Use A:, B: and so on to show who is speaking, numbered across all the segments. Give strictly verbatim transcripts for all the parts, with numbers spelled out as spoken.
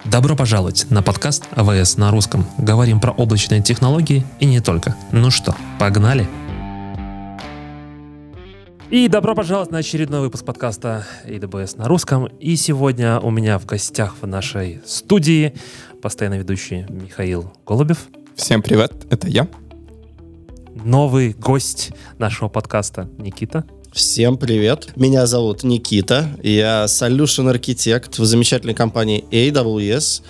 A: Добро пожаловать на подкаст эй дабл ю эс на русском. Говорим про облачные технологии и не только. Ну что, погнали? И добро пожаловать на очередной выпуск подкаста эй дабл ю эс на русском. И сегодня у меня в гостях в нашей студии постоянно ведущий Михаил Голубев.
B: Всем привет, это я.
A: Новый гость нашего подкаста Никита.
C: Всем привет. Меня зовут Никита. Я Solution Architect в замечательной компании эй дабл ю эс.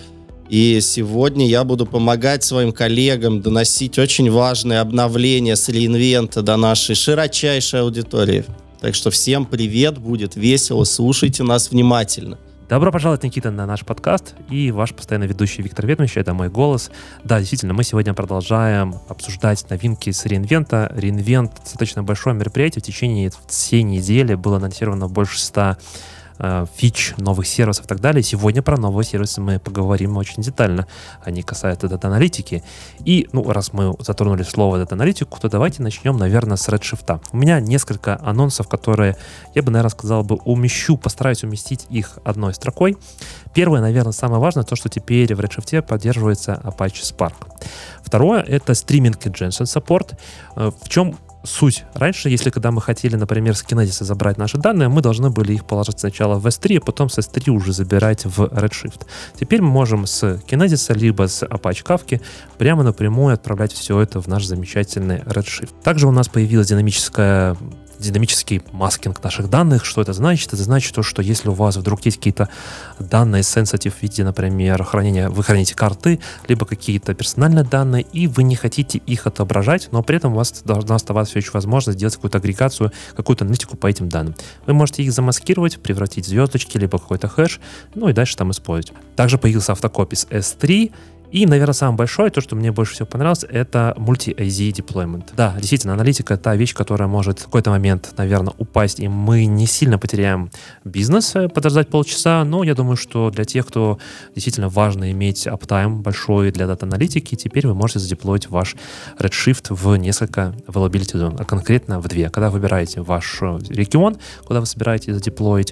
C: И сегодня я буду помогать своим коллегам доносить очень важные обновления с реинвента до нашей широчайшей аудитории. Так что всем привет, будет весело, слушайте нас внимательно.
A: Добро пожаловать, Никита, на наш подкаст. И ваш постоянно ведущий Виктор Ветмич, это мой голос. Да, действительно, мы сегодня продолжаем обсуждать новинки с реинвента. Реинвент — достаточно большое мероприятие. В течение всей недели было анонсировано больше ста э, фич, новых сервисов и так далее. Сегодня про новые сервисы мы поговорим очень детально. Они касаются дата-аналитики. И, ну, раз мы затронули слово дата-аналитику, то давайте начнем, наверное, с Redshift. У меня несколько анонсов, которые я бы, наверное, сказал бы, умещу, постараюсь уместить их одной строкой. Первое, наверное, самое важное, то, что теперь в Redshift поддерживается Apache Spark. Второе — это Streaming Ingestion Support. В чем суть? Раньше, если когда мы хотели, например, с Kinesis забрать наши данные, мы должны были их положить сначала в эс три, а потом с эс три уже забирать в Redshift. Теперь мы можем с Kinesis либо с Apache Kafka прямо напрямую отправлять все это в наш замечательный Redshift. Также у нас появилась динамическая динамический маскинг наших данных. Что это значит? Это значит то, что если у вас вдруг есть какие-то данные sensitive в виде, например, хранения, вы храните карты, либо какие-то персональные данные, и вы не хотите их отображать, но при этом у вас должна оставаться все еще возможность сделать какую-то агрегацию, какую-то аналитику по этим данным. Вы можете их замаскировать, превратить в звездочки, либо какой-то хэш, ну и дальше там использовать. Также появился автокопи с эс три. И, наверное, самое большое, то, что мне больше всего понравилось, это multi-эй зет deployment. Да, действительно, аналитика — это та вещь, которая может в какой-то момент, наверное, упасть, и мы не сильно потеряем бизнес, подождать полчаса, но я думаю, что для тех, кто действительно важно иметь аптайм большой для дата-аналитики, теперь вы можете задеплоить ваш Redshift в несколько availability зон, а конкретно в две. Когда выбираете ваш регион, куда вы собираетесь задеплоить,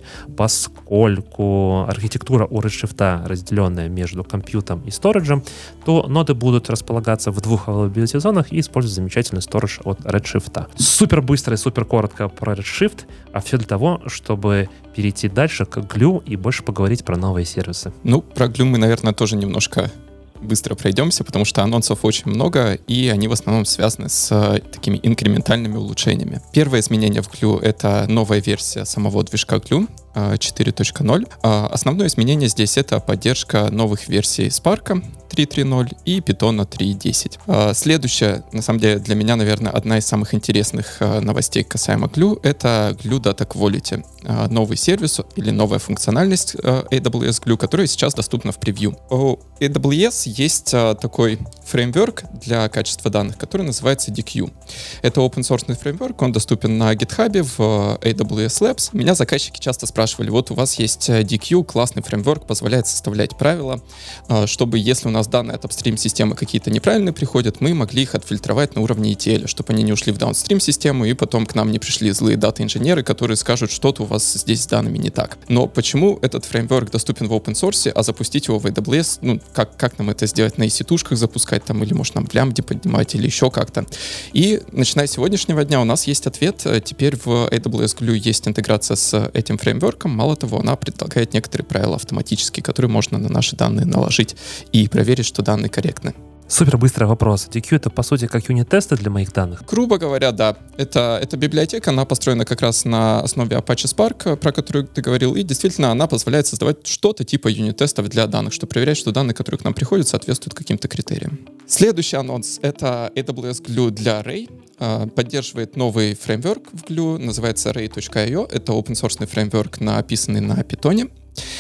A: поскольку архитектура у Redshift разделенная между компьютером и сториджем, то ноды будут располагаться в двух availability зонах и использовать замечательный сторидж от Redshift. Супер быстро и супер коротко про Redshift, а все для того, чтобы перейти дальше к Glue и больше поговорить про новые сервисы.
B: Ну, про Glue мы, наверное, тоже немножко быстро пройдемся, потому что анонсов очень много, и они в основном связаны с э, такими инкрементальными улучшениями. Первое изменение в Glue — это новая версия самого движка Glue четыре точка ноль. Основное изменение здесь — это поддержка новых версий Spark три точка три ноль и Python три точка десять. Следующая, на самом деле, для меня, наверное, одна из самых интересных новостей касаемо Glue — это Glue Data Quality. Новый сервис или новая функциональность эй дабл ю эс Glue, которая сейчас доступна в превью. У эй дабл ю эс есть такой фреймворк для качества данных, который называется ди кью. Это open-source фреймворк, он доступен на GitHub, в эй дабл ю эс Labs. Меня заказчики часто спрашивали: вот у вас есть ди кью, классный фреймворк, позволяет составлять правила, чтобы, если у нас данные от апстрим-системы какие-то неправильные приходят, мы могли их отфильтровать на уровне и ти эл, чтобы они не ушли в даунстрим-систему, и потом к нам не пришли злые дата-инженеры, которые скажут, что-то у вас здесь с данными не так. Но почему этот фреймворк доступен в open source, а запустить его в эй дабл ю эс, ну, как, как нам это сделать? На и си-тушках запускать там, или, может, нам в лямбде поднимать, или еще как-то. И, начиная с сегодняшнего дня, у нас есть ответ. Теперь в эй дабл ю эс Glue есть интеграция с этим фреймворком. Мало того, она предлагает некоторые правила автоматически, которые можно на наши данные наложить и проверить, что данные корректны.
A: Супер быстрый вопрос. ди кью — это, по сути, как юнит-тесты для моих данных?
B: Грубо говоря, да. Это, это библиотека, она построена как раз на основе Apache Spark, про которую ты говорил, и действительно она позволяет создавать что-то типа юнит-тестов для данных, чтобы проверять, что данные, которые к нам приходят, соответствуют каким-то критериям. Следующий анонс — это эй дабл ю эс Glue для Ray. Поддерживает новый фреймворк в Glue, называется ray точка ай о. Это open-source фреймворк, написанный на Python.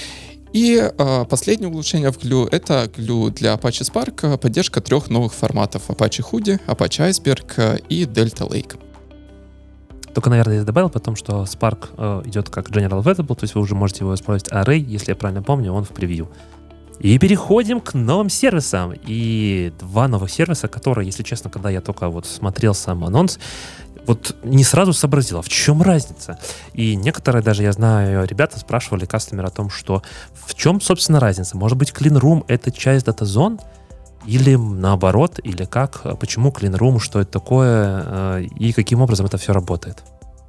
B: И э, последнее улучшение в Glue — это Glue для Apache Spark, поддержка трех новых форматов: Apache Hudi, Apache Iceberg и Delta Lake.
A: Только, наверное, я добавил потом, что Spark э, идет как General Available, то есть вы уже можете его использовать, а Ray, если я правильно помню, он в превью. И переходим к новым сервисам. И два новых сервиса, которые, если честно, когда я только вот смотрел сам анонс, вот не сразу сообразил, а в чем разница? И некоторые, даже я знаю, ребята спрашивали кастомер о том, что в чем, собственно, разница? Может быть, Clean Room — это часть DataZone? Или наоборот, или как? Почему Clean Room, что это такое, и каким образом это все работает?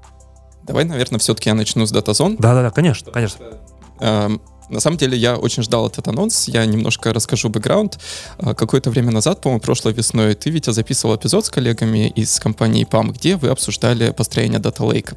B: Давай, наверное, все-таки я начну с DataZone.
A: Да-да-да, конечно, конечно.
B: Эм, На самом деле я очень ждал этот анонс, я немножко расскажу бэкграунд. Какое-то время назад, по-моему, прошлой весной, ты, Витя, записывал эпизод с коллегами из компании пам, где вы обсуждали построение Data Lake.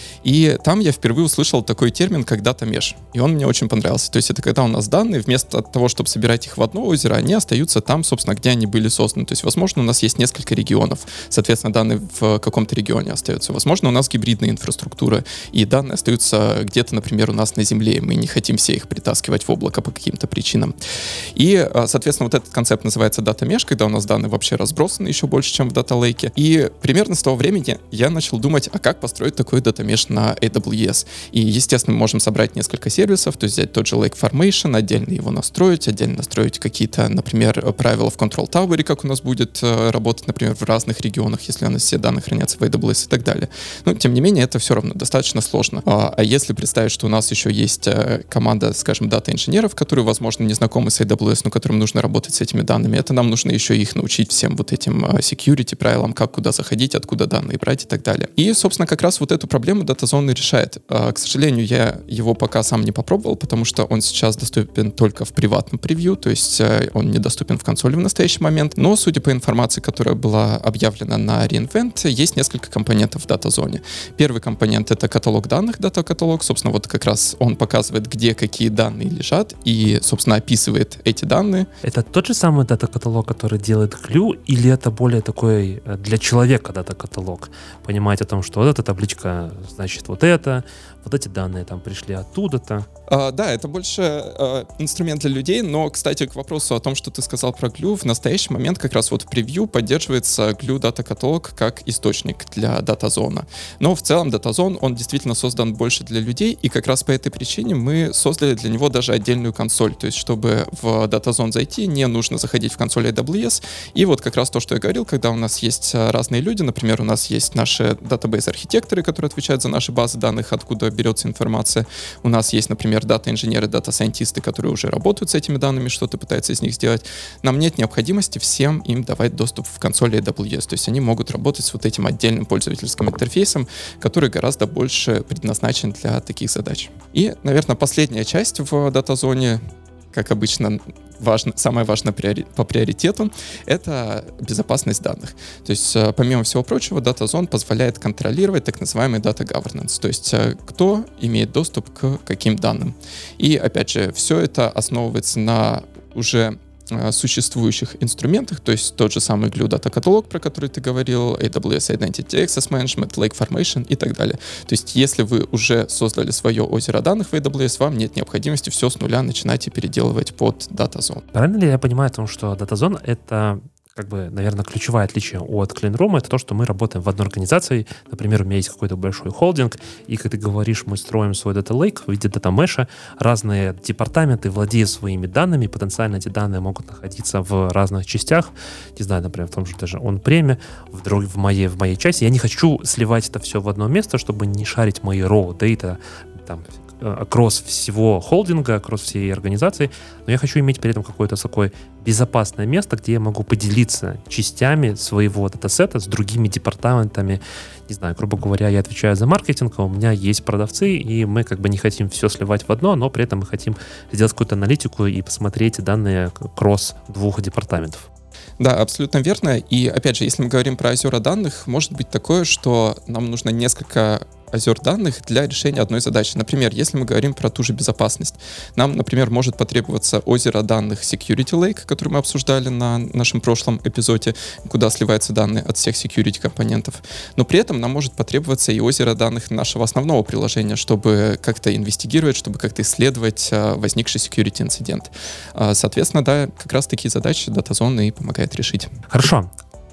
B: И там я впервые услышал такой термин, как Data Mesh. И он мне очень понравился. То есть это когда у нас данные, вместо того, чтобы собирать их в одно озеро, они остаются там, собственно, где они были созданы. То есть, возможно, у нас есть несколько регионов. Соответственно, данные в каком-то регионе остаются. Возможно, у нас гибридная инфраструктура, и данные остаются где-то, например, у нас на Земле, и мы не хотим все их притаскивать в облако по каким-то причинам. И, соответственно, вот этот концепт называется Data Mesh, когда у нас данные вообще разбросаны еще больше, чем в Data Lake. И примерно с того времени я начал думать, а как построить такой Data Mesh на эй дабл ю эс. И, естественно, мы можем собрать несколько сервисов, то есть взять тот же Lake Formation, отдельно его настроить, отдельно настроить какие-то, например, правила в Control Tower, как у нас будет э, работать, например, в разных регионах, если у нас все данные хранятся в эй дабл ю эс и так далее. Но, тем не менее, это все равно достаточно сложно. А, а если представить, что у нас еще есть э, команда, скажем, дата-инженеров, которые, возможно, не знакомы с эй дабл ю эс, но которым нужно работать с этими данными, это нам нужно еще их научить всем вот этим э, security правилам, как куда заходить, откуда данные брать и так далее. И, собственно, как раз вот эту проблему DataZone решает. К сожалению, я его пока сам не попробовал, потому что он сейчас доступен только в приватном превью, то есть он недоступен в консоли в настоящий момент. Но, судя по информации, которая была объявлена на reInvent, есть несколько компонентов в DataZone. Первый компонент — это каталог данных, дата-каталог. Собственно, вот как раз он показывает, где какие данные лежат и, собственно, описывает эти данные.
A: Это тот же самый дата-каталог, который делает Glue, или это более такой для человека дата-каталог? Понимать о том, что вот эта табличка значит вот это, вот эти данные там пришли оттуда-то.
B: А, да, это больше а, инструмент для людей, но, кстати, к вопросу о том, что ты сказал про Glue, в настоящий момент как раз вот в превью поддерживается Glue Data Catalog как источник для DataZone. Но в целом DataZone, он действительно создан больше для людей, и как раз по этой причине мы создали для него даже отдельную консоль. То есть, чтобы в DataZone зайти, не нужно заходить в консоль эй дабл ю эс. И вот как раз то, что я говорил, когда у нас есть разные люди, например, у нас есть наши датабейс-архитекторы, которые отвечают за наши базы данных, откуда берется информация. У нас есть, например, дата-инженеры, дата-сайентисты, которые уже работают с этими данными, что-то пытаются из них сделать. Нам нет необходимости всем им давать доступ в консоль эй дабл ю эс. То есть они могут работать с вот этим отдельным пользовательским интерфейсом, который гораздо больше предназначен для таких задач. И, наверное, последняя часть в DataZone, как обычно, важно, самое важное приори, по приоритету, это безопасность данных. То есть, помимо всего прочего, DataZone позволяет контролировать так называемый data governance, то есть кто имеет доступ к каким данным. И, опять же, все это основывается на уже существующих инструментах, то есть тот же самый Glue Data Catalog, про который ты говорил, эй дабл ю эс Identity Access Management, Lake Formation и так далее. То есть если вы уже создали свое озеро данных в эй дабл ю эс, вам нет необходимости все с нуля начинать и переделывать под DataZone.
A: Правильно ли я понимаю о том, что DataZone — это, как бы, наверное, ключевое отличие от Clean Room — это то, что мы работаем в одной организации. Например, у меня есть какой-то большой холдинг, и, как ты говоришь, мы строим свой Data Lake в виде Data Mesh. Разные департаменты владеют своими данными, потенциально эти данные могут находиться в разных частях. Не знаю, например, в том же даже он-преме, в, друг, в, моей, в моей части. Я не хочу сливать это все в одно место, чтобы не шарить мои raw data, там, акросс всего холдинга, акросс всей организации, но я хочу иметь при этом какое-то такое безопасное место, где я могу поделиться частями своего датасета с другими департаментами. Не знаю, грубо говоря, я отвечаю за маркетинг, а у меня есть продавцы, и мы как бы не хотим все сливать в одно, но при этом мы хотим сделать какую-то аналитику и посмотреть данные кросс двух департаментов.
B: Да, абсолютно верно. И опять же, если мы говорим про озера данных, может быть такое, что нам нужно несколько озер данных для решения одной задачи. Например, если мы говорим про ту же безопасность, нам, например, может потребоваться озеро данных Security Lake, который мы обсуждали на нашем прошлом эпизоде, куда сливаются данные от всех security компонентов. Но при этом нам может потребоваться и озеро данных нашего основного приложения, чтобы как-то инвестигировать, чтобы как-то исследовать а, возникший security инцидент. А, соответственно, да, как раз такие задачи DataZone и помогает решить.
A: Хорошо.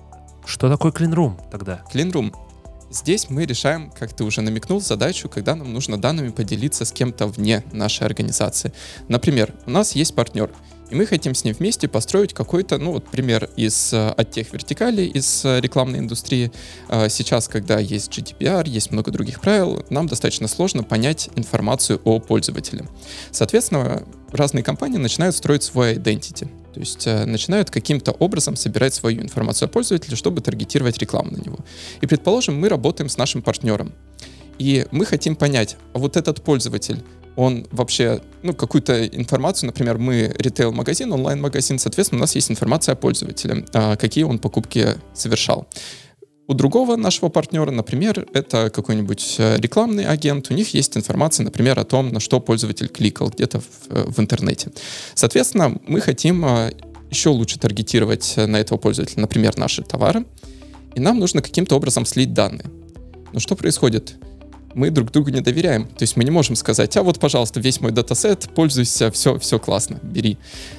A: Что такое Clean Room тогда?
B: Clean Room. Здесь мы решаем, как ты уже намекнул, задачу, когда нам нужно данными поделиться с кем-то вне нашей организации. Например, у нас есть партнер, И мы хотим с ним вместе построить какой-то, ну вот пример из, от тех вертикалей, из рекламной индустрии. Сейчас, когда есть джи ди пи ар, есть много других правил, нам достаточно сложно понять информацию о пользователе. Соответственно, разные компании начинают строить свой identity. То есть э, начинают каким-то образом собирать свою информацию о пользователе, чтобы таргетировать рекламу на него. И, предположим, мы работаем с нашим партнером. И мы хотим понять, а вот этот пользователь, он вообще, ну, какую-то информацию, например, мы ритейл-магазин, онлайн-магазин, соответственно, у нас есть информация о пользователе, э, какие он покупки совершал. У другого нашего партнера, например, это какой-нибудь рекламный агент, у них есть информация, например, о том, на что пользователь кликал где-то в, в интернете. Соответственно, мы хотим еще лучше таргетировать на этого пользователя, например, наши товары, и нам нужно каким-то образом слить данные. Но что происходит? Мы друг другу не доверяем, то есть мы не можем сказать, а вот, пожалуйста, весь мой датасет, пользуйся, все, все классно, бери.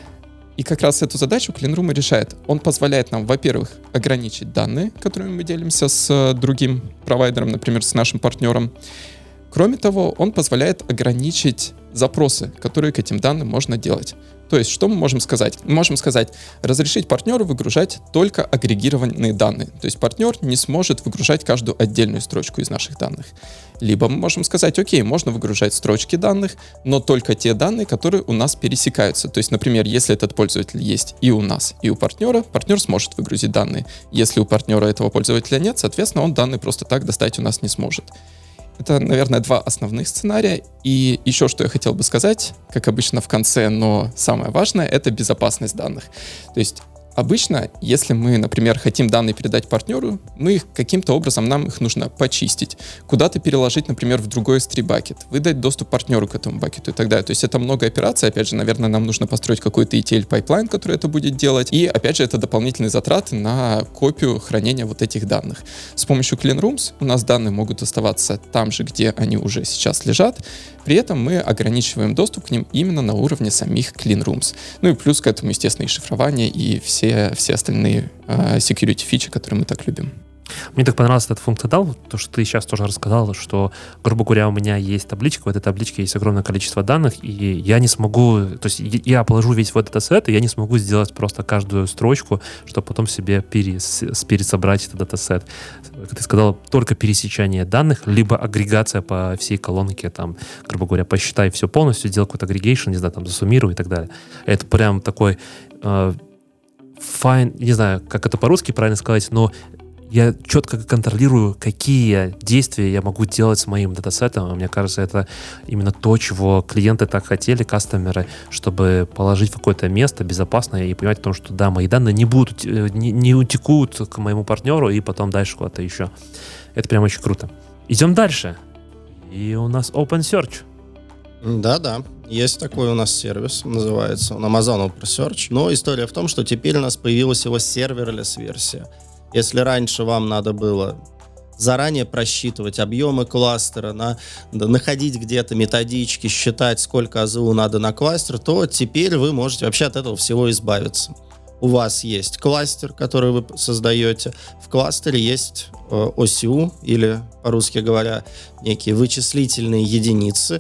B: И как раз эту задачу Cleanroom решает. Он позволяет нам, во-первых, ограничить данные, которыми мы делимся с другим провайдером, например, с нашим партнером. Кроме того, он позволяет ограничить запросы, которые к этим данным можно делать. То есть, что мы можем сказать? Мы можем сказать, разрешить партнеру выгружать только агрегированные данные. То есть партнер не сможет выгружать каждую отдельную строчку из наших данных. Либо мы можем сказать, окей, можно выгружать строчки данных, но только те данные, которые у нас пересекаются. То есть, например, если этот пользователь есть и у нас, и у партнера, партнер сможет выгрузить данные. Если у партнера этого пользователя нет, соответственно, он данные просто так достать у нас не сможет. Это, наверное, два основных сценария. И еще что я хотел бы сказать, как обычно в конце, но самое важное, это безопасность данных. То есть обычно, если мы, например, хотим данные передать партнеру, мы их каким-то образом, нам их нужно почистить, куда-то переложить, например, в другой эс три бакет, выдать доступ партнеру к этому бакету и так далее. То есть это много операций, опять же, наверное, нам нужно построить какой-то и ти эл-пайплайн, который это будет делать, и, опять же, это дополнительные затраты на копию хранения вот этих данных. С помощью Cleanrooms у нас данные могут оставаться там же, где они уже сейчас лежат, при этом мы ограничиваем доступ к ним именно на уровне самих Cleanrooms. Ну и плюс к этому, естественно, и шифрование, и все, все остальные uh, security фичи, которые мы так любим.
A: Мне так понравился этот функционал, то, что ты сейчас тоже рассказал, что, грубо говоря, у меня есть табличка, в этой табличке есть огромное количество данных, и я не смогу, то есть я положу весь вот датасет, и я не смогу сделать просто каждую строчку, чтобы потом себе перес, пересобрать этот датасет. Как ты сказал, только пересечение данных, либо агрегация по всей колонке, там, грубо говоря, посчитай все полностью, сделай какой-то агрегейшн, не знаю, там, засуммируй и так далее. Это прям такой э, fine, не знаю, как это по-русски правильно сказать, но я четко контролирую, какие действия я могу делать с моим датасетом. Мне кажется, это именно то, чего клиенты так хотели, кастомеры, чтобы положить в какое-то место безопасное и понимать о том, что да, мои данные не будут, не, не утекут к моему партнеру и потом дальше куда-то еще. Это прям очень круто. Идем дальше. И у нас OpenSearch.
C: Да-да, есть такой у нас сервис, называется он Amazon OpenSearch. Но история в том, что теперь у нас появилась его серверлесс-версия. Если раньше вам надо было заранее просчитывать объемы кластера, на, находить где-то методички, считать, сколько эй зэ у надо на кластер, то теперь вы можете вообще от этого всего избавиться. У вас есть кластер, который вы создаете. В кластере есть э, о си ю, или, по-русски говоря, некие вычислительные единицы.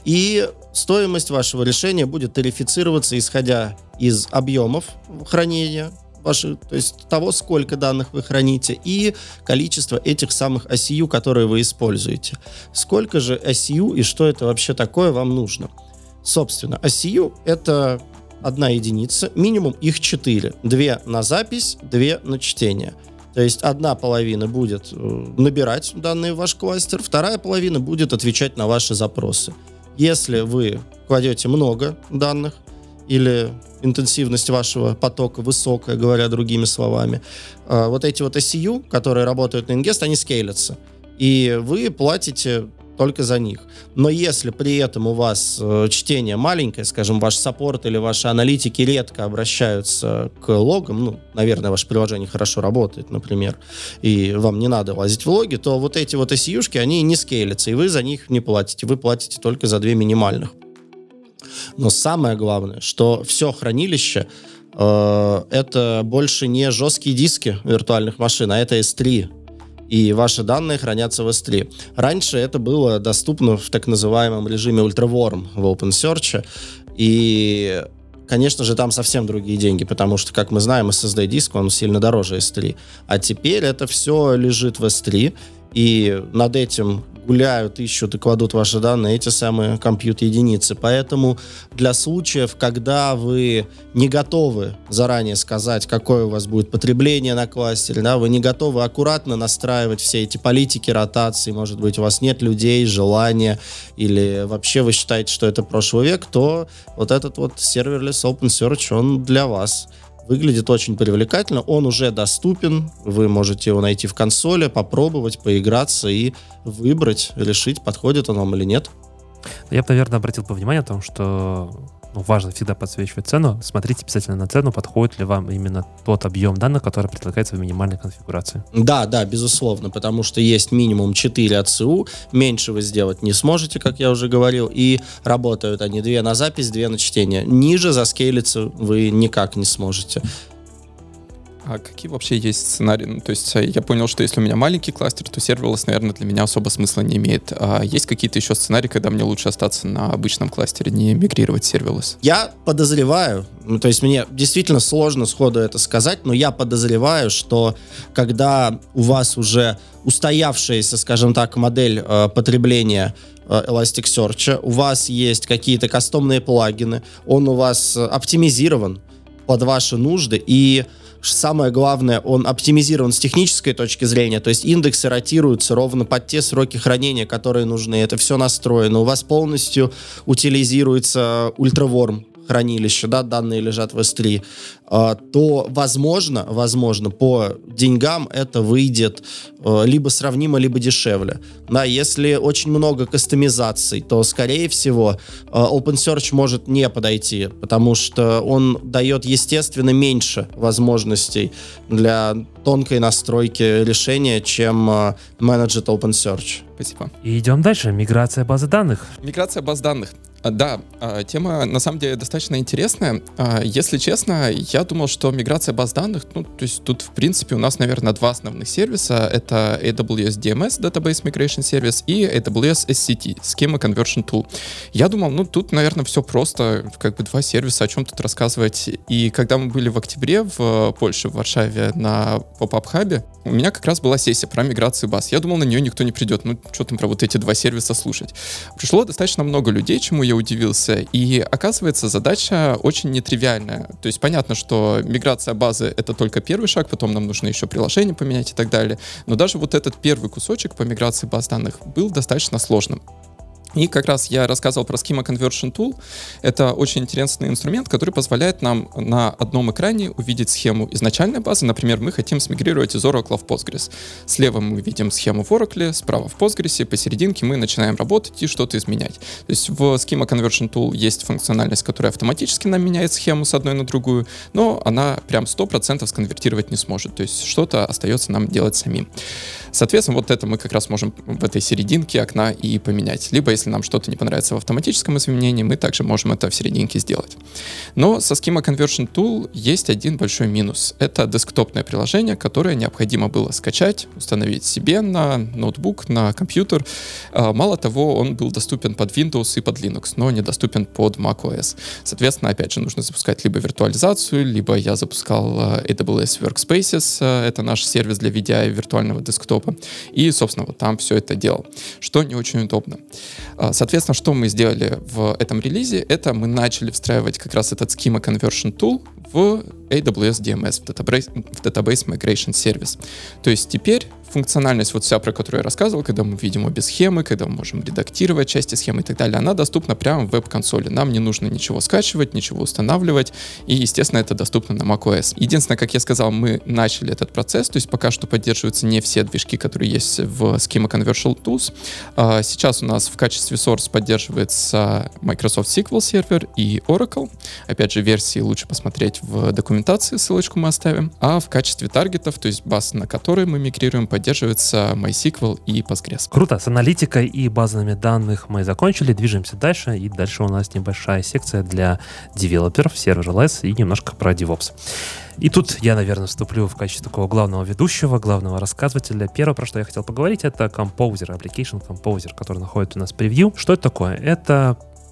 C: И стоимость вашего решения будет тарифицироваться, исходя из объемов хранения, Ваши, то есть того, сколько данных вы храните, и количество этих самых о си ю, которые вы используете. Сколько же о си ю и что это вообще такое вам нужно? Собственно, о си ю — это одна единица, минимум их четыре. Две на запись, две на чтение. То есть одна половина будет набирать данные в ваш кластер, вторая половина будет отвечать на ваши запросы. Если вы кладете много данных, или интенсивность вашего потока высокая, говоря другими словами, вот эти вот о си ю, которые работают на Ingest, они скейлятся, и вы платите только за них. Но если при этом у вас чтение маленькое, скажем, ваш саппорт или ваши аналитики редко обращаются к логам, ну, наверное, ваше приложение хорошо работает, например, и вам не надо лазить в логи, то вот эти вот о си ю-шки, они не скейлятся, и вы за них не платите, вы платите только за две минимальных. Но самое главное, что все хранилище э, это больше не жесткие диски виртуальных машин, а это эс три. И ваши данные хранятся в эс три. Раньше это было доступно в так называемом режиме UltraWarm в OpenSearch. И конечно же, там совсем другие деньги, потому что, как мы знаем, эс эс ди-диск, он сильно дороже эс три. А теперь это все лежит в эс три, и над этим гуляют, ищут и кладут ваши данные эти самые компьютер-единицы. Поэтому для случаев, когда вы не готовы заранее сказать, какое у вас будет потребление на кластере, да, вы не готовы аккуратно настраивать все эти политики ротации, может быть, у вас нет людей, желания, или вообще вы считаете, что это прошлый век, то вот этот вот serverless OpenSearch, он для вас. Выглядит очень привлекательно, он уже доступен, вы можете его найти в консоли, попробовать, поиграться и выбрать, решить, подходит он вам или нет.
A: Я бы, наверное, обратил бы внимание о том, что ну, важно всегда подсвечивать цену. Смотрите обязательно на цену, подходит ли вам именно тот объем данных, который предлагается в минимальной конфигурации.
C: Да, да, безусловно, потому что есть минимум четыре эй си ю, меньше вы сделать не сможете, как я уже говорил, и работают они две на запись, две на чтение. Ниже заскейлиться вы никак не сможете.
B: А какие вообще есть сценарии? Ну, то есть я понял, что если у меня маленький кластер, то серверлесс, наверное, для меня особо смысла не имеет. А есть какие-то еще сценарии, когда мне лучше остаться на обычном кластере, не мигрировать в серверлесс?
C: Я подозреваю, ну, то есть мне действительно сложно сходу это сказать, но я подозреваю, что когда у вас уже устоявшаяся, скажем так, модель э, потребления Elasticsearch, у вас есть какие-то кастомные плагины, он у вас оптимизирован под ваши нужды, и самое главное, он оптимизирован с технической точки зрения, то есть индексы ротируются ровно под те сроки хранения, которые нужны. Это все настроено. У вас полностью утилизируется ультраворм хранилище, да, данные лежат в эс три, а, то, возможно, возможно, по деньгам это выйдет а, либо сравнимо, либо дешевле. Да, если очень много кастомизаций, то, скорее всего, а, OpenSearch может не подойти, потому что он дает, естественно, меньше возможностей для тонкой настройки решения, чем а, Managed OpenSearch.
B: Спасибо.
A: И идем дальше. Миграция базы данных.
B: Миграция баз данных. Да, тема на самом деле достаточно интересная. Если честно, я думал, что миграция баз данных, ну, то есть тут, в принципе, у нас, наверное, два основных сервиса. Это эй дабл ю эс ди эм эс, Database Migration Service, и эй дабл ю эс эс си ти, Schema Conversion Tool. Я думал, ну, тут, наверное, все просто, как бы два сервиса, о чем тут рассказывать. И когда мы были в октябре в Польше, в Варшаве, на поп-ап-хабе, у меня как раз была сессия про миграцию баз. Я думал, на нее никто не придет. Ну, что там про вот эти два сервиса слушать? Пришло достаточно много людей, чему я удивился. И оказывается, задача очень нетривиальная. То есть понятно, что миграция базы — это только первый шаг, потом нам нужно еще приложение поменять и так далее. Но даже вот этот первый кусочек по миграции баз данных был достаточно сложным. И как раз я рассказывал про Schema Conversion Tool. Это очень интересный инструмент, который позволяет нам на одном экране увидеть схему изначальной базы. Например, мы хотим смигрировать из Oracle в Postgres. Слева мы видим схему в Oracle, справа в Postgres, посерединке мы начинаем работать и что-то изменять. То есть в Schema Conversion Tool есть функциональность, которая автоматически нам меняет схему с одной на другую, но она прям сто процентов сконвертировать не сможет. То есть что-то остается нам делать самим. Соответственно, вот это мы как раз можем в этой серединке окна и поменять. Либо, если нам что-то не понравится в автоматическом изменении, мы также можем это в серединке сделать. Но со Schema Conversion Tool есть один большой минус. Это десктопное приложение, которое необходимо было скачать, установить себе на ноутбук, на компьютер. Мало того, он был доступен под Windows и под Linux, но недоступен под macOS. Соответственно, опять же, нужно запускать либо виртуализацию, либо я запускал эй дабл ю эс Workspaces, это наш сервис для ви ди ай виртуального десктопа. И, собственно, вот там все это делал, что не очень удобно. Соответственно, что мы сделали в этом релизе, это мы начали встраивать как раз этот Schema Conversion Tool в эй дабл ю эс ди эм эс, в Database, в Database Migration Service. То есть теперь функциональность вот вся, про которую я рассказывал, когда мы видим обе схемы, когда мы можем редактировать части схемы и так далее, она доступна прямо в веб-консоли. Нам не нужно ничего скачивать, ничего устанавливать, и, естественно, это доступно на macOS. Единственное, как я сказал, мы начали этот процесс, то есть пока что поддерживаются не все движки, которые есть в Schema Conversion Tools. Сейчас у нас в качестве source поддерживается Microsoft эс ку эль Server и Oracle. Опять же, версии лучше посмотреть в документации, ссылочку мы оставим. А в качестве таргетов, то есть баз, на которые мы мигрируем, поддерживается MySQL и Postgres.
A: Круто. С аналитикой и базами данных мы закончили. Движемся дальше. И дальше у нас небольшая секция для девелоперов, serverless и немножко про DevOps. И тут я, наверное, вступлю в качестве такого главного ведущего, главного рассказывателя. Первое, про что я хотел поговорить, это Composer, Application Composer, который находится у нас в превью. Что это такое? Это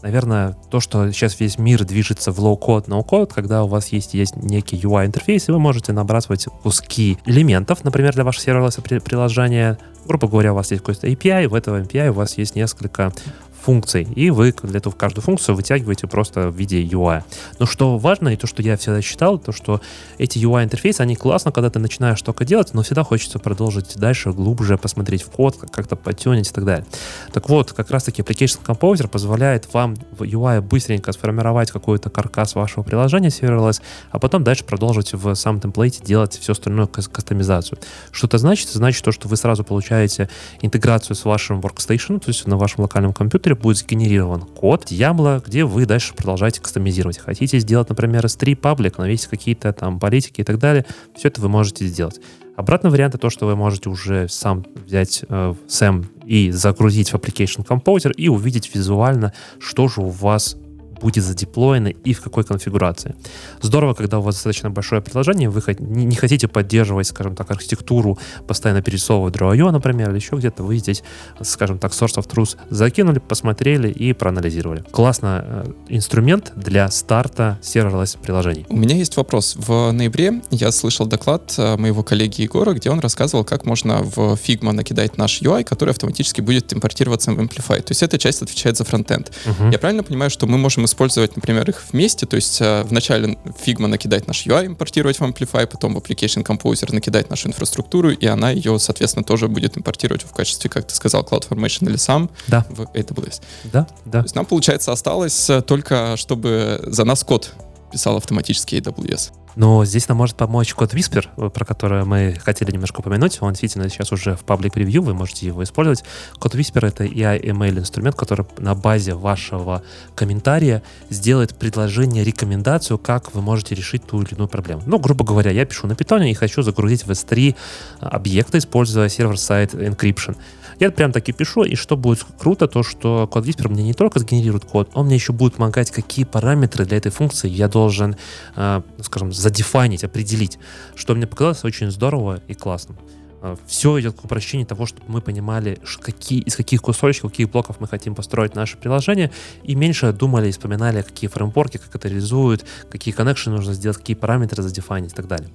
A: наверное, то, что сейчас весь мир движется в low-code, no-code, когда у вас есть, есть некий ю ай-интерфейс, и вы можете набрасывать куски элементов, например, для вашего сервиса приложения. Грубо говоря, у вас есть какой-то эй пи ай, в этом эй пи ай у вас есть несколько функций, и вы для этого каждую функцию вытягиваете просто в виде ю ай. Но что важно, и то, что я всегда считал, то, что эти ю ай-интерфейсы, они классно, когда ты начинаешь только делать, но всегда хочется продолжить дальше, глубже посмотреть в код, как-то подтюнить и так далее. Так вот, как раз-таки Application Composer позволяет вам в ю ай быстренько сформировать какой-то каркас вашего приложения serverless, а потом дальше продолжить в самом темплейте делать все остальное, кастомизацию. Что это значит? Это значит то, что вы сразу получаете интеграцию с вашим workstation, то есть на вашем локальном компьютере будет сгенерирован код YAML, где вы дальше продолжаете кастомизировать. Хотите сделать, например, эс три паблик, навесить какие-то там политики и так далее, все это вы можете сделать. Обратный вариант — это то, что вы можете уже сам взять э, сэм и загрузить в Application Composer и увидеть визуально, что же у вас будет задеплоено и в какой конфигурации. Здорово, когда у вас достаточно большое приложение, вы не хотите поддерживать, скажем так, архитектуру, постоянно перерисовывать Draw.io, например, или еще где-то, вы здесь, скажем так, Source of Truth закинули, посмотрели и проанализировали. Классный э, инструмент для старта serverless приложений.
B: У меня есть вопрос. В ноябре я слышал доклад моего коллеги Егора, где он рассказывал, как можно в Figma накидать наш ю ай, который автоматически будет импортироваться в Amplify. То есть эта часть отвечает за фронтенд. Uh-huh. Я правильно понимаю, что мы можем использовать, например, их вместе, то есть э, вначале в Figma накидать наш ю ай, импортировать в Amplify, потом в Application Composer накидать нашу инфраструктуру, и она ее, соответственно, тоже будет импортировать в качестве, как ты сказал, CloudFormation или сам
A: да.
B: в эй дабл ю эс.
A: Да, да.
B: То есть нам, получается, осталось только, чтобы за нас код писал автоматически эй дабл ю эс.
A: Но здесь нам может помочь код Whisper, про который мы хотели немножко упомянуть. Он действительно сейчас уже в Public Preview, вы можете его использовать. Код Whisper — это эй ай-эм эл-инструмент, который на базе вашего комментария сделает предложение, рекомендацию, как вы можете решить ту или иную проблему. Ну, грубо говоря, я пишу на Python и хочу загрузить в эс три объекты, используя server-side encryption. Я прям таки пишу, и что будет круто, то что код Whisper мне не только сгенерирует код, он мне еще будет помогать, какие параметры для этой функции я должен, э, скажем, задефайнить, определить, что мне показалось очень здорово и классно. Э, все идет к упрощению того, чтобы мы понимали, какие, из каких кусочков, каких блоков мы хотим построить наше приложение, и меньше думали и вспоминали, какие фреймворки, как это реализуют, какие коннекшены нужно сделать, какие параметры задефайнить и так далее.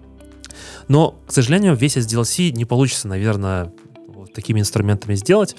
A: Но, к сожалению, весь эс ди эл си не получится, наверное, такими инструментами сделать,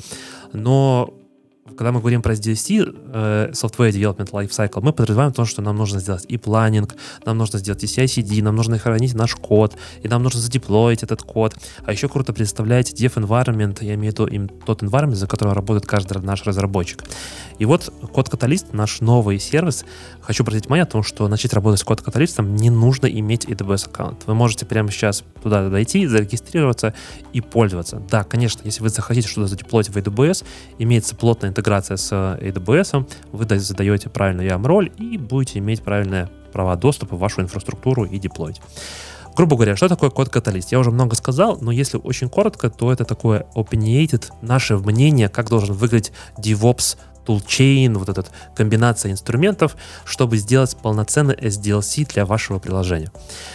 A: но когда мы говорим про эс ди эл си, э, Software Development Lifecycle, мы подразумеваем то, что нам нужно сделать и планинг, нам нужно сделать и си ай си ди, нам нужно хранить наш код, и нам нужно задеплоить этот код. А еще круто представлять Dev Environment, я имею в виду им тот environment, за которым работает каждый наш разработчик. И вот Код Каталист, наш новый сервис, хочу обратить внимание о том, что начать работать с Код Каталистом не нужно иметь эй дабл ю эс аккаунт. Вы можете прямо сейчас туда дойти, зарегистрироваться и пользоваться. Да, конечно, если вы захотите что-то задеплоить в эй дабл ю эс, имеется плотная интеграция с эй дабл ю эс, вы задаете правильную ям-роль и будете иметь правильные права доступа в вашу инфраструктуру и деплоить. Грубо говоря, что такое код каталист? Я уже много сказал, но если очень коротко, то это такое opinionated, наше мнение, как должен выглядеть DevOps toolchain, вот эта комбинация инструментов, чтобы сделать полноценный эс ди эл си для вашего приложения.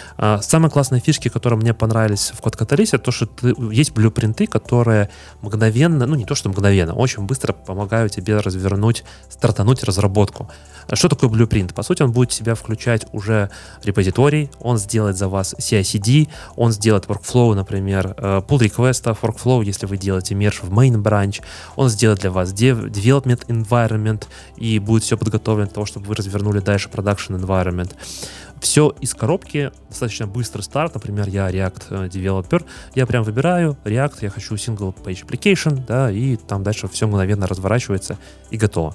A: Самые классные фишки, которые мне понравились в Код Каталисте, то, что ты, есть блюпринты, которые мгновенно, ну не то, что мгновенно, очень быстро помогают тебе развернуть, стартануть разработку. Что такое блюпринт? По сути, он будет в себя включать уже репозиторий, он сделает за вас си ай си ди, он сделает workflow, например, pull реквестов, workflow, если вы делаете merge в main branch, он сделает для вас development environment и будет все подготовлено для того, чтобы вы развернули дальше production environment. Все из коробки, достаточно быстрый старт. Например, я React Developer, я прям выбираю React, я хочу Single Page Application, да, и там дальше все мгновенно разворачивается и готово.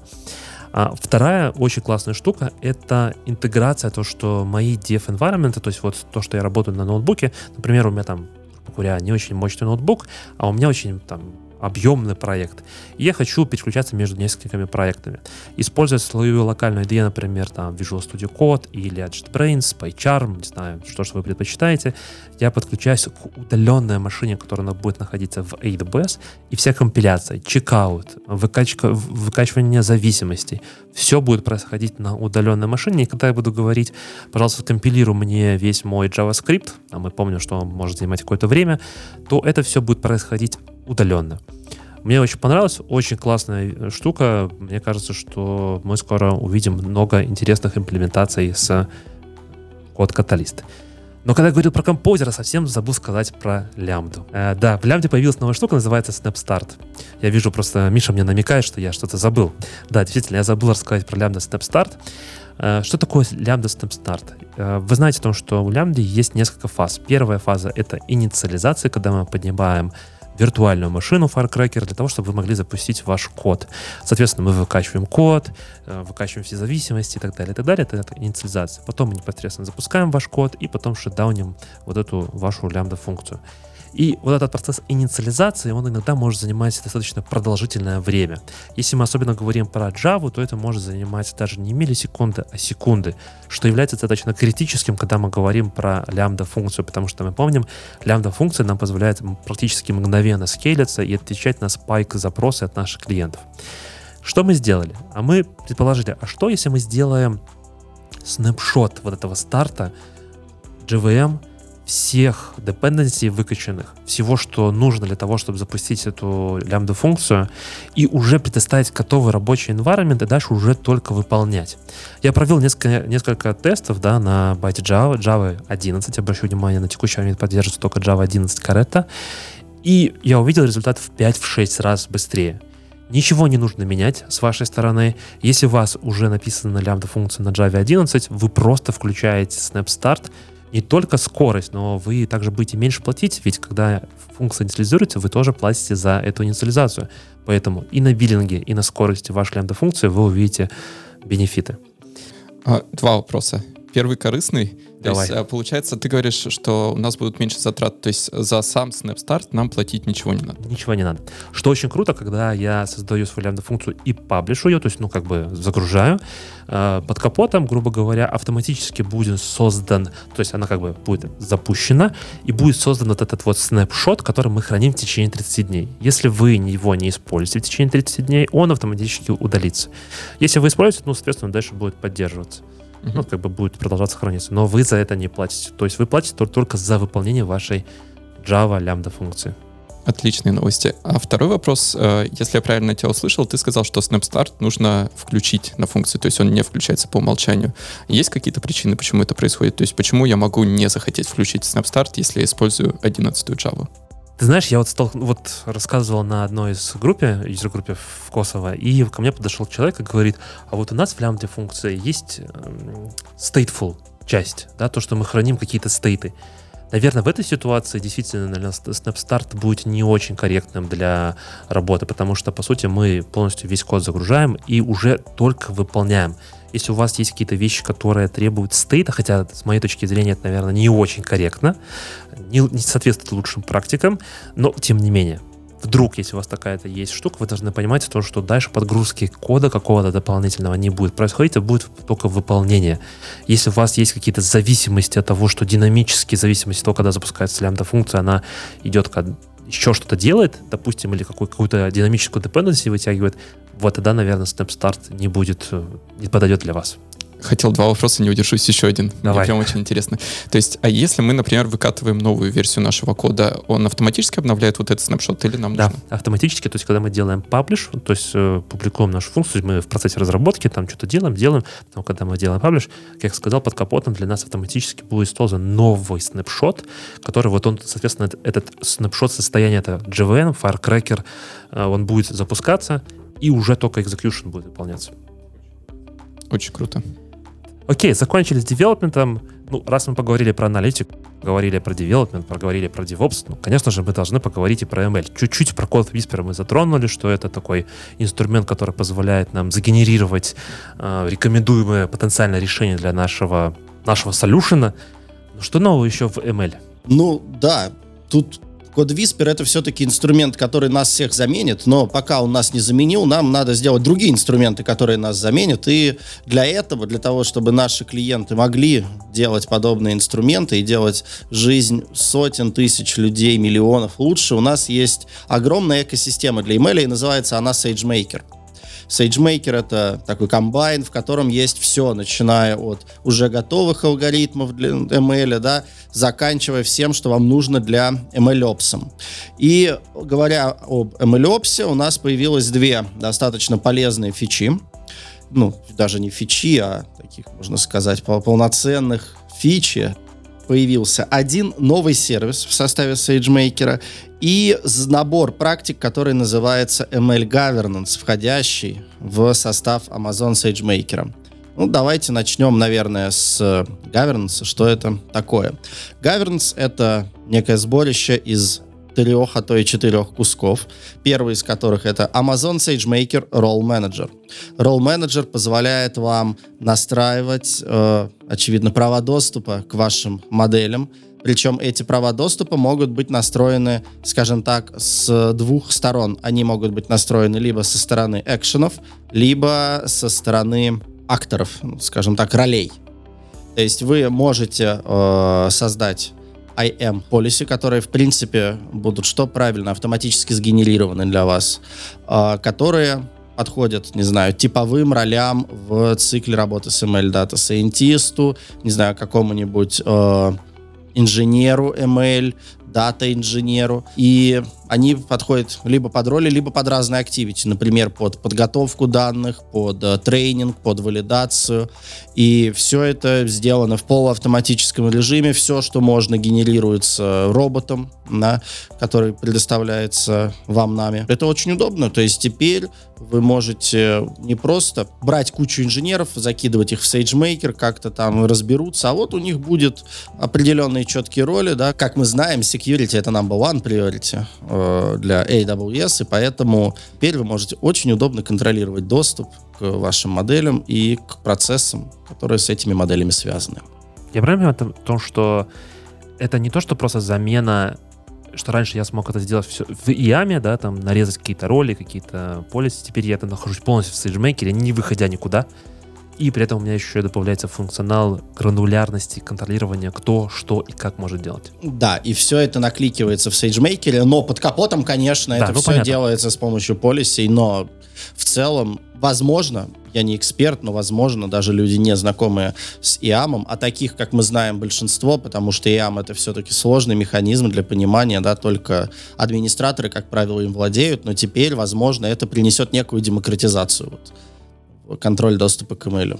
A: А вторая очень классная штука — это интеграция, то, что мои dev environment, то есть вот то, что я работаю на ноутбуке, например, у меня там, говоря, не очень мощный ноутбук, а у меня очень там объемный проект. И я хочу переключаться между несколькими проектами. Используя свою локальную идею, например, там Visual Studio Code или JetBrains, PyCharm, не знаю, что же вы предпочитаете, я подключаюсь к удаленной машине, которая будет находиться в эй дабл ю эс, и вся компиляция, чекаут, выкачка, выкачивание зависимостей, все будет происходить на удаленной машине. И когда я буду говорить, пожалуйста, компилируй мне весь мой JavaScript, а мы помним, что он может занимать какое-то время, то это все будет происходить удаленно. Мне очень понравилось, очень классная штука. Мне кажется, что мы скоро увидим много интересных имплементаций с код Catalyst. Но когда я говорил про композера, совсем забыл сказать про лямбду. Э, да, в лямбде появилась новая штука, называется SnapStart. Я вижу, просто Миша мне намекает, что я что-то забыл. Да, действительно, я забыл рассказать про лямбда SnapStart. Э, что такое лямбда SnapStart? Э, вы знаете о том, что у лямбды есть несколько фаз. Первая фаза — это инициализация, когда мы поднимаем виртуальную машину Firecracker для того, чтобы вы могли запустить ваш код. Соответственно, мы выкачиваем код, выкачиваем все зависимости и так далее, и так далее. Это инициализация. Потом мы непосредственно запускаем ваш код и потом шатдауним вот эту вашу лямбда-функцию. И вот этот процесс инициализации, он иногда может занимать достаточно продолжительное время. Если мы особенно говорим про Java, то это может занимать даже не миллисекунды, а секунды, что является достаточно критическим, когда мы говорим про лямбда-функцию, потому что мы помним, лямбда-функция нам позволяет практически мгновенно скейлиться и отвечать на спайк-запросы от наших клиентов. Что мы сделали? А мы предположили, а что если мы сделаем снапшот вот этого старта джей ви эм, всех dependency выкачанных, всего, что нужно для того, чтобы запустить эту лямбда-функцию, и уже предоставить готовый рабочий environment, и дальше уже только выполнять. Я провел несколько, несколько тестов, да, на базе Java, Java одиннадцать, обращу внимание, на текущий момент поддерживается только Java одиннадцать Coretta, и я увидел результат в пять-шесть раз быстрее. Ничего не нужно менять с вашей стороны. Если у вас уже написана лямбда-функция на Java одиннадцать, вы просто включаете SnapStart. Не только скорость, но вы также будете меньше платить, ведь когда функция инициализируется, вы тоже платите за эту инициализацию. Поэтому и на биллинге, и на скорости вашей лямбда-функции вы увидите бенефиты.
B: Два вопроса. Первый корыстный.
A: Давай.
B: То есть, получается, ты говоришь, что у нас будут меньше затрат, то есть за сам SnapStart нам платить ничего не надо.
A: Ничего не надо. Что очень круто, когда я создаю свою лямбда-функцию и паблишу ее, то есть, ну, как бы загружаю, э, под капотом, грубо говоря, автоматически будет создан, то есть она как бы будет запущена, и будет создан вот этот вот снапшот, который мы храним в течение тридцати дней. Если вы его не используете в течение тридцати дней, он автоматически удалится. Если вы используете, ну, соответственно, дальше будет поддерживаться. Ну, как бы будет продолжаться храниться. Но вы за это не платите. То есть вы платите только за выполнение вашей Java лямбда функции.
B: Отличные новости. А второй вопрос. Если я правильно тебя услышал, ты сказал, что SnapStart нужно включить на функцию, то есть он не включается по умолчанию. Есть какие-то причины, почему это происходит? То есть почему я могу не захотеть включить SnapStart, если я использую одиннадцатую Java?
A: Ты знаешь, я вот, столк... вот рассказывал на одной из группе, юзер-группе в Kosovo, и ко мне подошел человек и говорит, а вот у нас в лямбде функции есть эм, stateful часть, да, то, что мы храним какие-то стейты. Наверное, в этой ситуации действительно, наверное, SnapStart будет не очень корректным для работы, потому что, по сути, мы полностью весь код загружаем и уже только выполняем. Если у вас есть какие-то вещи, которые требуют стейта, хотя с моей точки зрения это, наверное, не очень корректно, не, не соответствует лучшим практикам, но тем не менее, вдруг, если у вас такая-то есть штука, вы должны понимать то, что дальше подгрузки кода какого-то дополнительного не будет происходить, а будет только выполнение. Если у вас есть какие-то зависимости от того, что динамические зависимости, то, когда запускается лямбда-функция, она идет, когда еще что-то делает, допустим, или какую- какую-то динамическую dependency вытягивает, вот тогда, наверное, SnapStart не будет, не подойдет для вас.
B: Хотел два вопроса, не удержусь, еще один.
A: Давай.
B: Мне прям очень интересно. То есть, а если мы, например, выкатываем новую версию нашего кода, он автоматически обновляет вот этот снапшот или нам
A: Да,
B: нужно?
A: автоматически, то есть когда мы делаем паблиш, то есть э, публикуем нашу функцию, мы в процессе разработки там что-то делаем, делаем, потом когда мы делаем паблиш, как я сказал, под капотом для нас автоматически будет создан новый снапшот, который вот он, соответственно, этот, этот снапшот состояния, это джей ви эм, Firecracker, э, он будет запускаться, и уже только execution будет выполняться.
B: Очень круто.
A: Окей, закончили с девелопментом. Ну, раз мы поговорили про аналитику, поговорили про девелопмент, поговорили про DevOps, ну, конечно же, мы должны поговорить и про эм эл. Чуть-чуть про код Whisper мы затронули, что это такой инструмент, который позволяет нам загенерировать э, рекомендуемое потенциальное решение для нашего, нашего солюшена. Но что нового еще в эм эл?
C: Ну, да, тут Код Whisper — это все-таки инструмент, который нас всех заменит, но пока он нас не заменил, нам надо сделать другие инструменты, которые нас заменят, и для этого, для того, чтобы наши клиенты могли делать подобные инструменты и делать жизнь сотен тысяч людей, миллионов лучше, у нас есть огромная экосистема для эм эл, и называется она SageMaker. SageMaker — это такой комбайн, в котором есть все, начиная от уже готовых алгоритмов для эм эл, да, заканчивая всем, что вам нужно для MLOps. И говоря об MLOps, у нас появилось две достаточно полезные фичи. Ну, даже не фичи, а таких, можно сказать, полноценных фичи. Появился один новый сервис в составе SageMaker и набор практик, который называется эм эл Governance, входящий в состав Amazon SageMaker. Ну, давайте начнем, наверное, с Governance. Что это такое? Governance — это некое сборище из трех, а то и четырех кусков. Первый из которых — это Amazon SageMaker Role Manager. Role Manager позволяет вам настраивать, э, очевидно, права доступа к вашим моделям. Причем эти права доступа могут быть настроены, скажем так, с двух сторон. Они могут быть настроены либо со стороны экшенов, либо со стороны акторов, скажем так, ролей. То есть вы можете э, создать ай эм policy, которые, в принципе, будут что правильно, автоматически сгенерированы для вас, э, которые подходят, не знаю, типовым ролям в цикле работы с эм эл, дата-сайентисту, не знаю, какому-нибудь э, инженеру эм эл, дата-инженеру. И они подходят либо под роли, либо под разные активити. Например, под подготовку данных, под э, тренинг, под валидацию. И все это сделано в полуавтоматическом режиме. Все, что можно, генерируется роботом, да, который предоставляется вам нами. Это очень удобно. То есть теперь вы можете не просто брать кучу инженеров, закидывать их в SageMaker, как-то там разберутся, а вот у них будут определенные четкие роли, да. Как мы знаем, security — это number one priority э, для эй дабл ю эс, и поэтому теперь вы можете очень удобно контролировать доступ к вашим моделям и к процессам, которые с этими моделями связаны.
A: Я правильно понимаю о том, что это не то, что просто замена, что раньше я смог это сделать все в ай эй эм, да, там нарезать какие-то роли, какие-то полисы, теперь я там нахожусь полностью в SageMaker, не выходя никуда, и при этом у меня еще добавляется функционал гранулярности, контролирования, кто, что и как может делать.
C: Да, и все это накликивается в SageMaker, но под капотом, конечно, да, это ну, все понятно. Делается с помощью полисей, но в целом, возможно, я не эксперт, но, возможно, даже люди, не знакомые с ай эй эм, а таких, как мы знаем, большинство, потому что ай эй эм — это все-таки сложный механизм для понимания, да, только администраторы, как правило, им владеют, но теперь, возможно, это принесет некую демократизацию, вот, контроль доступа к эм эл.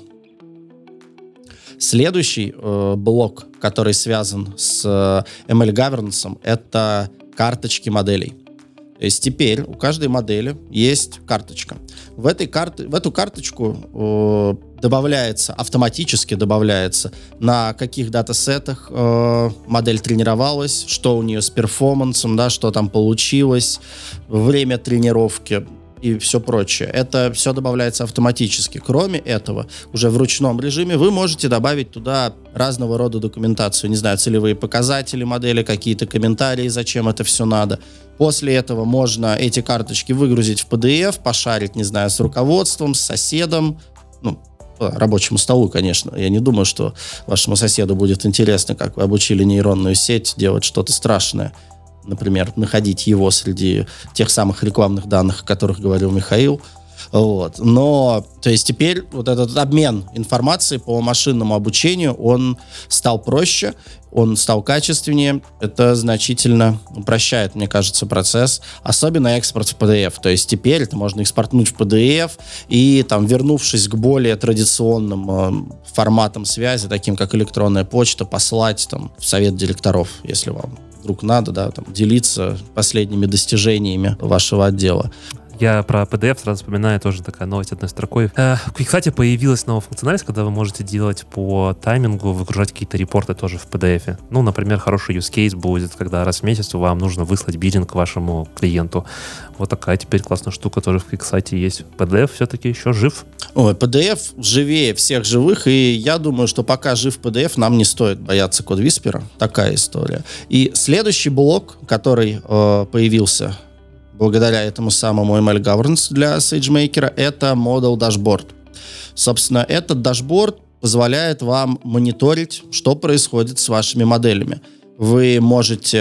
C: Следующий э, блок, который связан с э, эм эл Governance, это карточки моделей. То есть теперь у каждой модели есть карточка. В, этой карт... в эту карточку э, добавляется, автоматически добавляется, на каких датасетах э, модель тренировалась, что у нее с перформансом, да, что там получилось, время тренировки и все прочее. Это все добавляется автоматически. Кроме этого, уже в ручном режиме вы можете добавить туда разного рода документацию. Не знаю, целевые показатели модели, какие-то комментарии, зачем это все надо. После этого можно эти карточки выгрузить в пи ди эф, пошарить, не знаю, с руководством, с соседом, ну, по рабочему столу, конечно. Я не думаю, что вашему соседу будет интересно, как вы обучили нейронную сеть делать что-то страшное. Например, находить его среди тех самых рекламных данных, о которых говорил Михаил. Вот. Но, то есть теперь вот этот обмен информацией по машинному обучению, он стал проще, он стал качественнее. Это значительно упрощает, мне кажется, процесс. Особенно экспорт в пи ди эф. То есть теперь это можно экспортнуть в пи ди эф и, там, вернувшись к более традиционным э, форматам связи, таким как электронная почта, послать там, в совет директоров, если вам вдруг надо, да, там, делиться последними достижениями вашего отдела.
A: Я про пи ди эф сразу вспоминаю, тоже такая новость одной строкой. Э, кстати, появилась новая функциональность, когда вы можете делать по таймингу, выгружать какие-то репорты тоже в пи ди эф. Ну, например, хороший use case будет, когда раз в месяц вам нужно выслать биллинг вашему клиенту. Вот такая теперь классная штука тоже в QuickSight есть. пи ди эф все-таки еще жив.
C: Ой, пи ди эф живее всех живых, и я думаю, что пока жив пи ди эф, нам не стоит бояться CodeWhisperer. Такая история. И следующий блок, который э, появился благодаря этому самому эм эл Governance для SageMaker, это Model Dashboard. Собственно, этот дашборд позволяет вам мониторить, что происходит с вашими моделями. Вы можете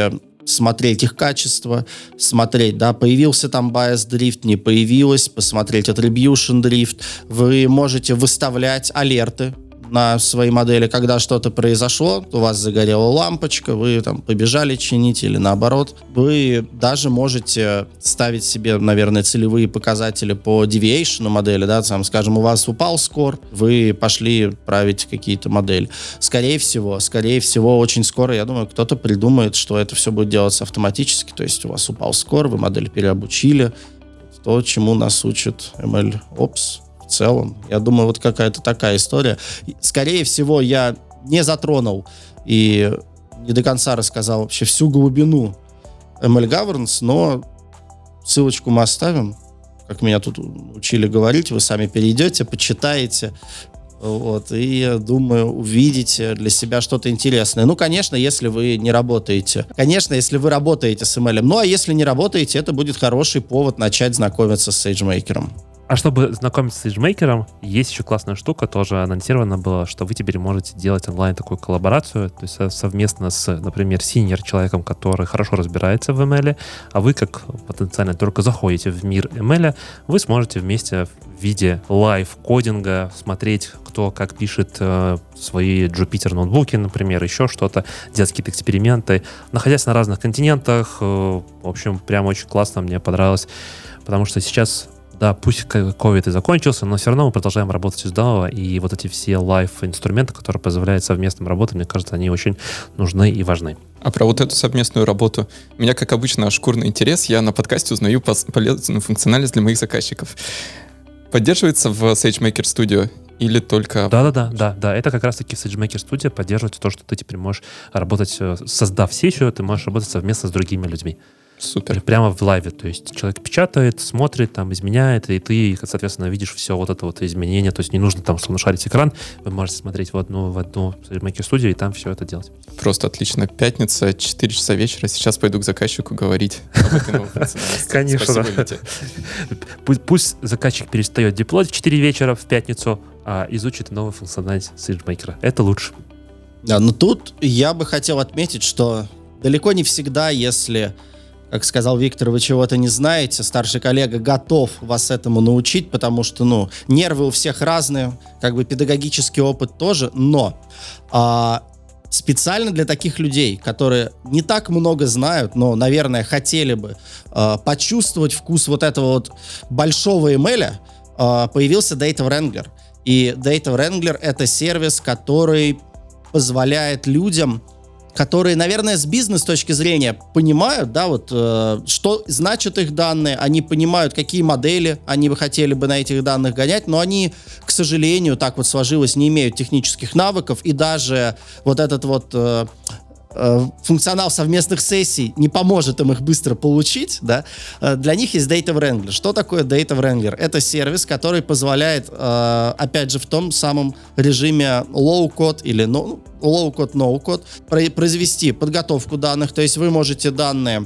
C: смотреть их качество, смотреть, да, появился там bias drift, не появилось, посмотреть attribution drift. Вы можете выставлять алерты на свои модели, когда что-то произошло, у вас загорела лампочка, вы там побежали чинить или наоборот. Вы даже можете ставить себе, наверное, целевые показатели по deviation модели, да, там, скажем, у вас упал скор, вы пошли править какие-то модели. Скорее всего, скорее всего, очень скоро, я думаю, кто-то придумает, что это все будет делаться автоматически, то есть у вас упал скор, вы модель переобучили, то, чему нас учит эм эл Ops. В целом, я думаю, вот какая-то такая история. Скорее всего, я не затронул и не до конца рассказал вообще всю глубину эм эл Governance, но ссылочку мы оставим, как меня тут учили говорить, вы сами перейдете, почитаете, вот, и, думаю, увидите для себя что-то интересное. Ну, конечно, если вы не работаете. Конечно, если вы работаете с эм эл. Ну, а если не работаете, это будет хороший повод начать знакомиться с SageMaker.
A: А чтобы знакомиться с SageMaker, есть еще классная штука, тоже анонсирована была, что вы теперь можете делать онлайн такую коллаборацию, то есть совместно с, например, синьор человеком, который хорошо разбирается в эм эл, а вы, как потенциально только заходите в мир эм эл, вы сможете вместе в виде лайв-кодинга смотреть, кто как пишет э, свои Jupyter ноутбуки, например, еще что-то, делать какие-то эксперименты, находясь на разных континентах. Э, в общем, прям очень классно, мне понравилось, потому что сейчас... Да, пусть ковид и закончился, но все равно мы продолжаем работать издалова, и вот эти все лайв-инструменты, которые позволяют совместным работать, мне кажется, они очень нужны и важны.
B: А про вот эту совместную работу. У меня, как обычно, шкурный интерес. Я на подкасте узнаю полезную функциональность для моих заказчиков. Поддерживается в SageMaker Studio или только...
A: Да-да-да, да, да. Это как раз-таки в SageMaker Studio поддерживается то, что ты теперь можешь работать, создав сессию, ты можешь работать совместно с другими людьми.
B: Супер.
A: Прямо в лайве, то есть человек печатает, смотрит, там, изменяет, и ты, соответственно, видишь все вот это вот изменение, то есть не нужно там словно шарить экран, вы можете смотреть в одну, в одну SageMaker Studio и там все это делать.
B: Просто отлично. Пятница, четыре часа вечера, сейчас пойду к заказчику говорить об этой новой функциональности.
A: Конечно. Пусть заказчик перестает деплоить в четыре вечера в пятницу, а изучит новую функциональность SageMaker. Это лучше.
C: Да, но тут я бы хотел отметить, что далеко не всегда, если... Как сказал Виктор, вы чего-то не знаете, старший коллега готов вас этому научить, потому что, ну, нервы у всех разные, как бы педагогический опыт тоже, но а, специально для таких людей, которые не так много знают, но, наверное, хотели бы а, почувствовать вкус вот этого вот большого эм эл, а, появился Data Wrangler. И Data Wrangler — это сервис, который позволяет людям... которые, наверное, с бизнес точки зрения понимают, да, вот, э, что значат их данные, они понимают, какие модели они бы хотели бы на этих данных гонять, но они, к сожалению, так вот сложилось, не имеют технических навыков, и даже вот этот вот э, э, функционал совместных сессий не поможет им их быстро получить, да. Э, для них есть Data Wrangler. Что такое Data Wrangler? Это сервис, который позволяет, э, опять же, в том самом режиме low-code или no, low-code, no-code, произвести подготовку данных, то есть вы можете данные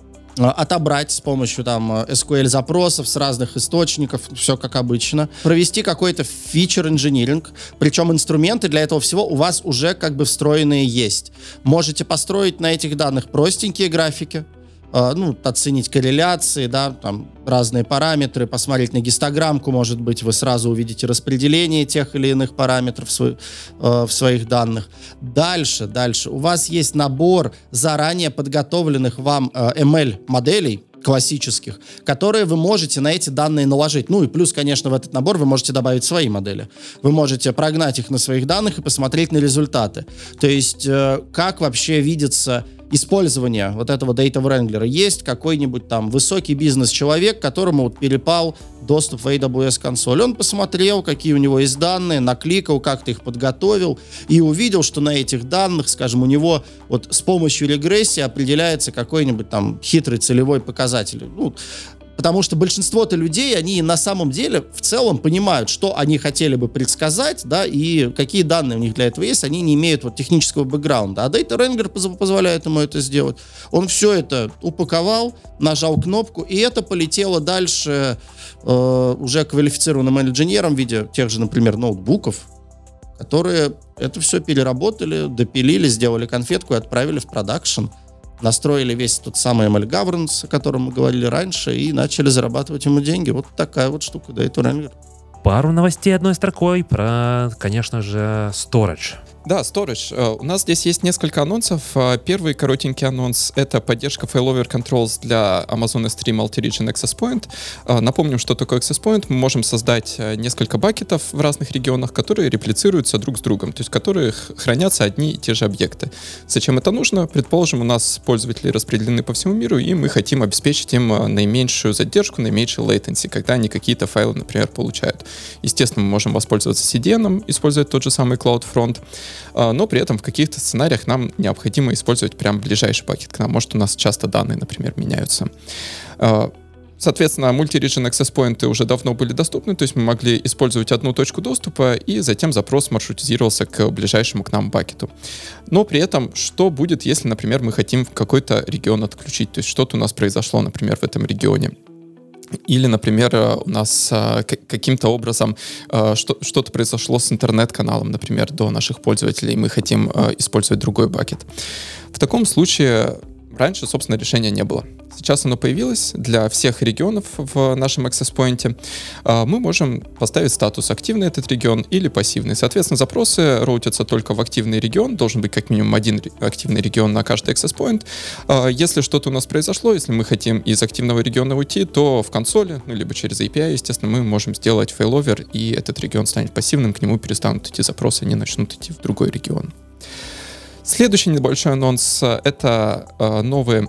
C: отобрать с помощью там эс ку эль-запросов с разных источников, все как обычно, провести какой-то фичер-инжиниринг, причем инструменты для этого всего у вас уже как бы встроенные есть. Можете построить на этих данных простенькие графики, Uh, ну, оценить корреляции, да, там разные параметры, посмотреть на гистограммку, может быть, вы сразу увидите распределение тех или иных параметров в, свой, uh, в своих данных. Дальше, дальше. У вас есть набор заранее подготовленных вам uh, эм эл-моделей, классических, которые вы можете на эти данные наложить. Ну и плюс, конечно, в этот набор вы можете добавить свои модели. Вы можете прогнать их на своих данных и посмотреть на результаты. То есть, э, как вообще видится использование вот этого Data Wrangler. Есть какой-нибудь там высокий бизнес-человек, которому вот перепал доступ в эй дабл ю эс консоль. Он посмотрел, какие у него есть данные, накликал, как-то их подготовил и увидел, что на этих данных, скажем, у него вот с помощью регрессии определяется какой-нибудь там хитрый целевой показатель. Ну, потому что большинство-то людей, они на самом деле в целом понимают, что они хотели бы предсказать, да, и какие данные у них для этого есть, они не имеют вот технического бэкграунда. А Data Wrangler позволяет ему это сделать. Он все это упаковал, нажал кнопку, и это полетело дальше э, уже квалифицированным инженерам в виде тех же, например, ноутбуков, которые это все переработали, допилили, сделали конфетку и отправили в продакшн. настроили весь тот самый эм эл Governance, о котором мы говорили раньше, и начали зарабатывать ему деньги. Вот такая вот штука, Data Wrangler.
A: Пару новостей одной строкой про, конечно же, Storage.
B: Да, Storage. У нас здесь есть несколько анонсов. Первый коротенький анонс — это поддержка Failover Controls для Amazon эс три Multi-Region Access Point. Напомним, что такое Access Point. Мы можем создать несколько бакетов в разных регионах, которые реплицируются друг с другом, то есть в которых хранятся одни и те же объекты. Зачем это нужно? Предположим, у нас пользователи распределены по всему миру, и мы хотим обеспечить им наименьшую задержку, наименьшую latency, когда они какие-то файлы, например, получают. Естественно, мы можем воспользоваться си ди эн, использовать тот же самый CloudFront, но при этом в каких-то сценариях нам необходимо использовать прям ближайший пакет к нам. Может, у нас часто данные, например, меняются. Соответственно, Multi-Region Access Points уже давно были доступны, то есть мы могли использовать одну точку доступа, и затем запрос маршрутизировался к ближайшему к нам бакету. Но при этом, что будет, если, например, мы хотим какой-то регион отключить, то есть что-то у нас произошло, например, в этом регионе. Или, например, у нас а, каким-то образом а, что, что-то произошло с интернет-каналом, например, до наших пользователей, и мы хотим а, использовать другой бакет. В таком случае раньше, собственно, решения не было. Сейчас оно появилось для всех регионов в нашем Access Point. Мы можем поставить статус активный этот регион или пассивный. Соответственно, запросы роутятся только в активный регион. Должен быть как минимум один активный регион на каждый Access Point. Если что-то у нас произошло, если мы хотим из активного региона уйти, то в консоли, ну, либо через эй пи ай, естественно, мы можем сделать фейловер, и этот регион станет пассивным, к нему перестанут идти запросы, они начнут идти в другой регион. Следующий небольшой анонс — это новые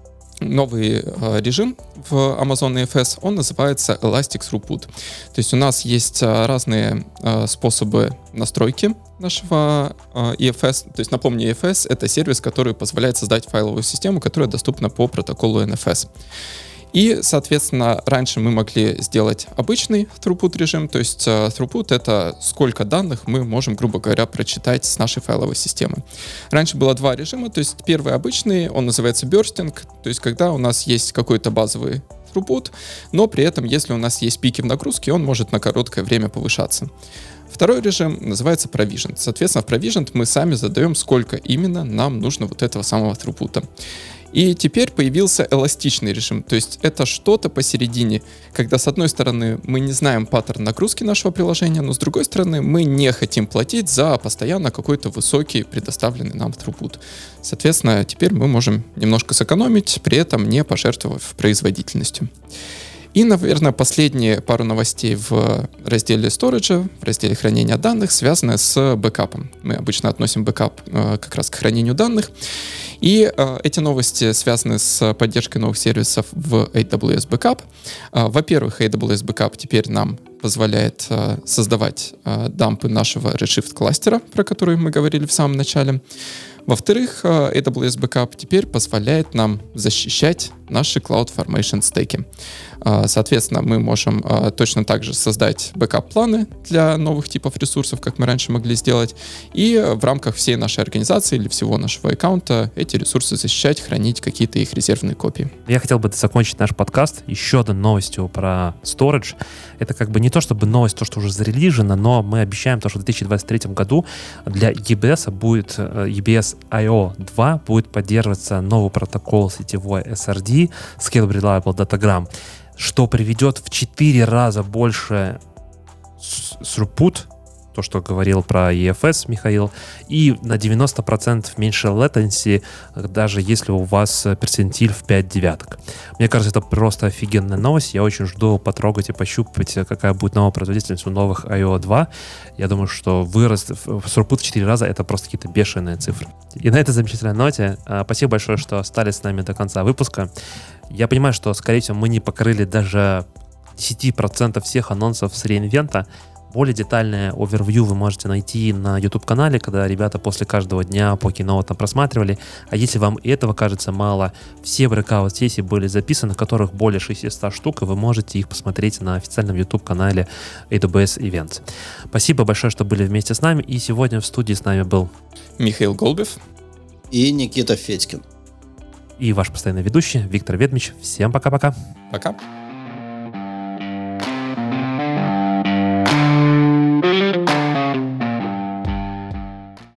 B: новый э, режим в Amazon и эф эс, он называется Elastic Throughput. То есть у нас есть э, разные э, способы настройки нашего э, и эф эс. То есть, напомню, и эф эс — это сервис, который позволяет создать файловую систему, которая доступна по протоколу эн эф эс. И, соответственно, раньше мы могли сделать обычный throughput режим, то есть uh, throughput — это сколько данных мы можем, грубо говоря, прочитать с нашей файловой системы. Раньше было два режима, то есть первый обычный, он называется bursting, то есть когда у нас есть какой-то базовый throughput, но при этом, если у нас есть пики в нагрузке, он может на короткое время повышаться. Второй режим называется provision. Соответственно, в provision мы сами задаем, сколько именно нам нужно вот этого самого throughput. И теперь появился эластичный режим, то есть это что-то посередине, когда с одной стороны мы не знаем паттерн нагрузки нашего приложения, но с другой стороны мы не хотим платить за постоянно какой-то высокий предоставленный нам throughput. Соответственно, теперь мы можем немножко сэкономить, при этом не пожертвовав производительностью. И, наверное, последние пару новостей в разделе Storage, в разделе хранения данных, связаны с бэкапом. Мы обычно относим бэкап э, как раз к хранению данных. И э, эти новости связаны с поддержкой новых сервисов в эй дабл ю эс Backup. Э, во-первых, эй дабл ю эс Backup теперь нам позволяет э, создавать э, дампы нашего Redshift кластера, про который мы говорили в самом начале. Во-вторых, эй дабл ю эс Backup теперь позволяет нам защищать наши CloudFormation стеки. Соответственно, мы можем точно так же создать бэкап-планы для новых типов ресурсов, как мы раньше могли сделать, и в рамках всей нашей организации или всего нашего аккаунта эти ресурсы защищать, хранить какие-то их резервные копии.
A: Я хотел бы закончить наш подкаст еще одной новостью про Storage. Это как бы не то чтобы новость, то, что уже зарелижено, но мы обещаем, то, что в две тысячи двадцать третьем году для и би эс будет и би эс ай о два будет поддерживаться новый протокол сетевой эс эр ди Scalable Reliable Datagram, что приведет в четыре раза больше throughput, то, что говорил про и эф эс Михаил, и на девяносто процентов меньше latency, даже если у вас перцентиль в пять девяток. Мне кажется, это просто офигенная новость. Я очень жду потрогать и пощупать, какая будет новая производительность у новых ай о два. Я думаю, что вырост в throughput в четыре раза — это просто какие-то бешеные цифры. И на этой замечательной ноте спасибо большое, что остались с нами до конца выпуска. Я понимаю, что, скорее всего, мы не покрыли даже десять процентов всех анонсов с реинвента. Более детальное овервью вы можете найти на YouTube-канале, когда ребята после каждого дня по Keynote там просматривали. А если вам этого кажется мало, все breakout-сессии были записаны, которых более шестьсот штук, и вы можете их посмотреть на официальном YouTube-канале эй дабл ю эс Events. Спасибо большое, что были вместе с нами, и сегодня в студии с нами был
B: Михаил Голубев
C: и Никита Федькин.
A: И ваш постоянный ведущий Виктор Ведмич. Всем пока-пока.
B: Пока.